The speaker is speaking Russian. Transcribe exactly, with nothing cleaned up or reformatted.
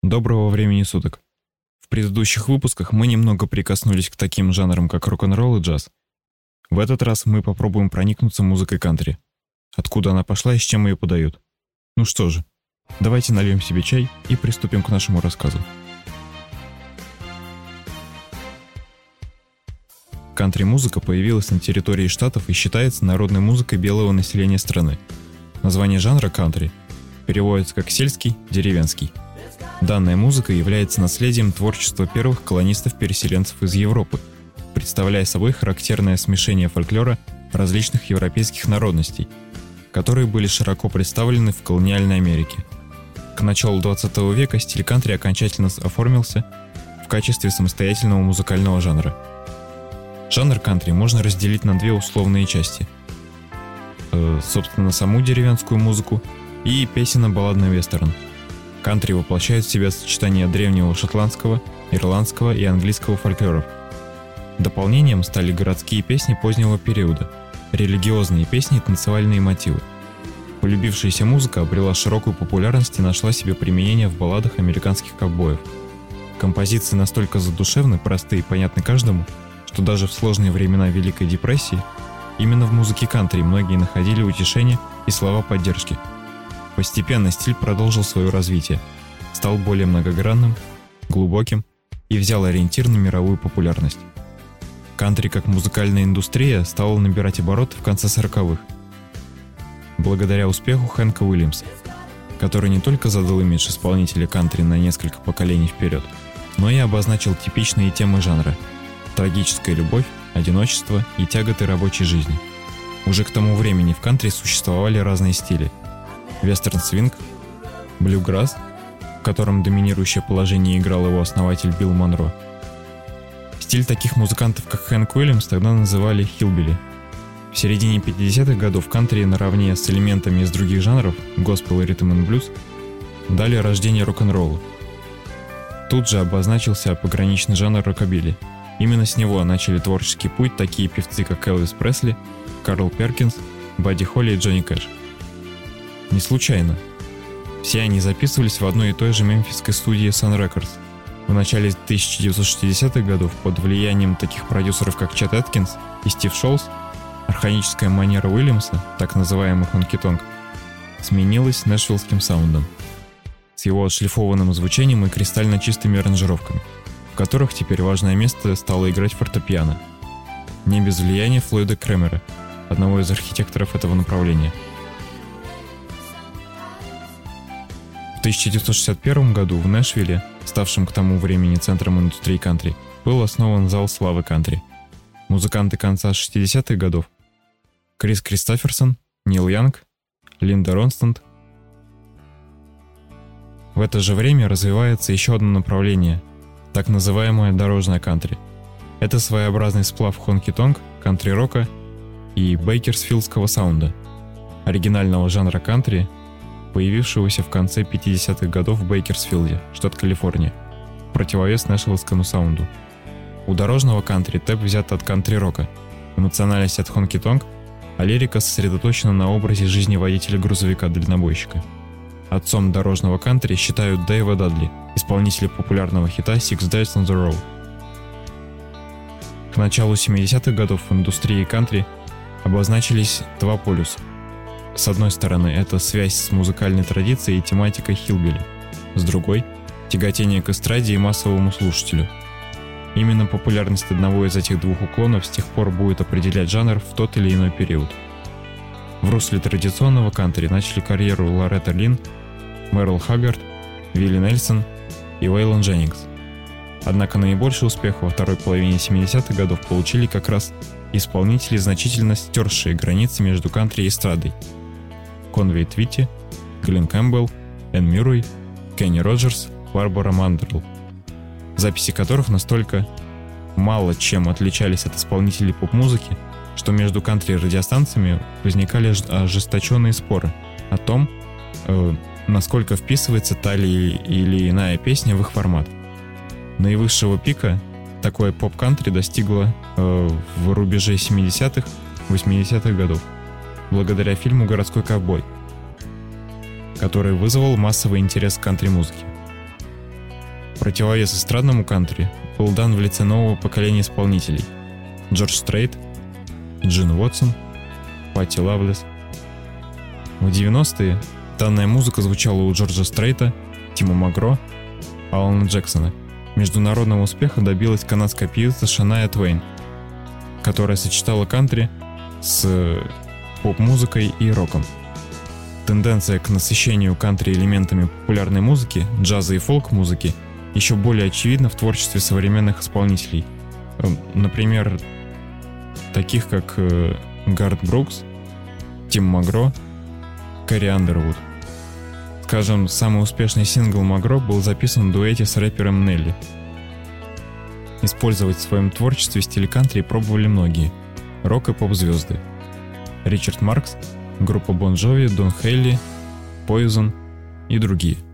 Доброго времени суток. В предыдущих выпусках мы немного прикоснулись к таким жанрам, как рок-н-ролл и джаз. В этот раз мы попробуем проникнуться музыкой кантри. Откуда она пошла и с чем ее подают. Ну что же, давайте нальем себе чай и приступим к нашему рассказу. Кантри-музыка появилась на территории штатов и считается народной музыкой белого населения страны. Название жанра кантри переводится как «сельский», «деревенский». Данная музыка является наследием творчества первых колонистов-переселенцев из Европы, представляя собой характерное смешение фольклора различных европейских народностей, которые были широко представлены в колониальной Америке. К началу двадцатого века стиль кантри окончательно оформился в качестве самостоятельного музыкального жанра. Жанр кантри можно разделить на две условные части. Э, собственно, саму деревенскую музыку и песенно-балладный вестерн. Кантри воплощает в себя сочетание древнего шотландского, ирландского и английского фольклоров. Дополнением стали городские песни позднего периода, религиозные песни и танцевальные мотивы. Полюбившаяся музыка обрела широкую популярность и нашла себе применение в балладах американских ковбоев. Композиции настолько задушевны, просты и понятны каждому, что даже в сложные времена Великой депрессии именно в музыке кантри многие находили утешение и слова поддержки. Постепенно стиль продолжил свое развитие, стал более многогранным, глубоким и взял ориентир на мировую популярность. Кантри как музыкальная индустрия стала набирать обороты в конце сороковых, благодаря успеху Хэнка Уильямса, который не только задал имидж исполнителя кантри на несколько поколений вперед, но и обозначил типичные темы жанра – трагическая любовь, одиночество и тяготы рабочей жизни. Уже к тому времени в кантри существовали разные стили – вестерн-свинг, блюграсс, в котором доминирующее положение играл его основатель Билл Монро. Стиль таких музыкантов, как Хэнк Уильямс, тогда называли хиллбилли. В середине пятидесятых годов кантри наравне с элементами из других жанров, госпел и ритм-н-блюз, дали рождение рок-н-роллу. Тут же обозначился пограничный жанр рокобилли. Именно с него начали творческий путь такие певцы, как Элвис Пресли, Карл Перкинс, Бадди Холли и Джонни Кэш. Не случайно. Все они записывались в одной и той же мемфисской студии Sun Records. В начале тысяча девятьсот шестидесятых годов под влиянием таких продюсеров, как Чет Эткинс и Стив Шолс, архаическая манера Уильямса, так называемый хонки-тонк, сменилась нэшвиллским саундом с его отшлифованным звучанием и кристально чистыми аранжировками, в которых теперь важное место стало играть фортепиано. Не без влияния Флойда Кремера, одного из архитекторов этого направления. В тысяча девятьсот шестьдесят первом году в Нэшвилле, ставшем к тому времени центром индустрии кантри, был основан зал славы кантри. Музыканты конца шестидесятых годов – Крис Кристоферсон, Нил Янг, Линда Ронстад. В это же время развивается еще одно направление – так называемое дорожное кантри. Это своеобразный сплав хонки-тонк, кантри-рока и бейкерсфилдского саунда, оригинального жанра кантри, появившегося в конце пятидесятых годов в Бейкерсфилде, штат Калифорния, в противовес нэшвиллскому саунду. У дорожного кантри тэп взят от кантри-рока, эмоциональность от хонки-тонк, а лирика сосредоточена на образе жизни водителя грузовика-дальнобойщика. Отцом дорожного кантри считают Дэйва Дадли, исполнителя популярного хита Six Days on the Road. К началу семидесятых годов в индустрии кантри обозначились два полюса. С одной стороны, это связь с музыкальной традицией и тематикой хиллбилли. С другой – тяготение к эстраде и массовому слушателю. Именно популярность одного из этих двух уклонов с тех пор будет определять жанр в тот или иной период. В русле традиционного кантри начали карьеру Лоретта Линн, Мерл Хаггард, Вилли Нельсон и Вейлон Дженнингс. Однако наибольший успех во второй половине семидесятых годов получили как раз исполнители, значительно стершие границы между кантри и эстрадой. Конвей Твитти, Глен Кэмпбелл, Энн Мюррей, Кенни Роджерс, Барбара Мандерл, записи которых настолько мало чем отличались от исполнителей поп-музыки, что между кантри-радиостанциями возникали ожесточенные споры о том, э, насколько вписывается та или иная песня в их формат. Наивысшего пика такое поп-кантри достигло э, в рубеже семидесятых-восьмидесятых годов, благодаря фильму «Городской ковбой», который вызвал массовый интерес к кантри-музыке. Противовес эстрадному кантри был дан в лице нового поколения исполнителей: Джордж Стрейт, Джин Уотсон, Патти Лавлес. В девяностые данная музыка звучала у Джорджа Стрейта, Тима Магро, Алана Джексона. Международного успеха добилась канадская певица Шания Твейн, которая сочетала кантри с поп-музыкой и роком. Тенденция к насыщению кантри элементами популярной музыки, джаза и фолк-музыки еще более очевидна в творчестве современных исполнителей. Например, таких как Гарт Брукс, Тим Магро, Кэрри Андервуд. Скажем, самый успешный сингл Магро был записан в дуэте с рэпером Нелли. Использовать в своем творчестве стиль кантри пробовали многие рок- и поп-звезды: Ричард Маркс, группа Бон Джови, Дон Хейли, Poison и другие.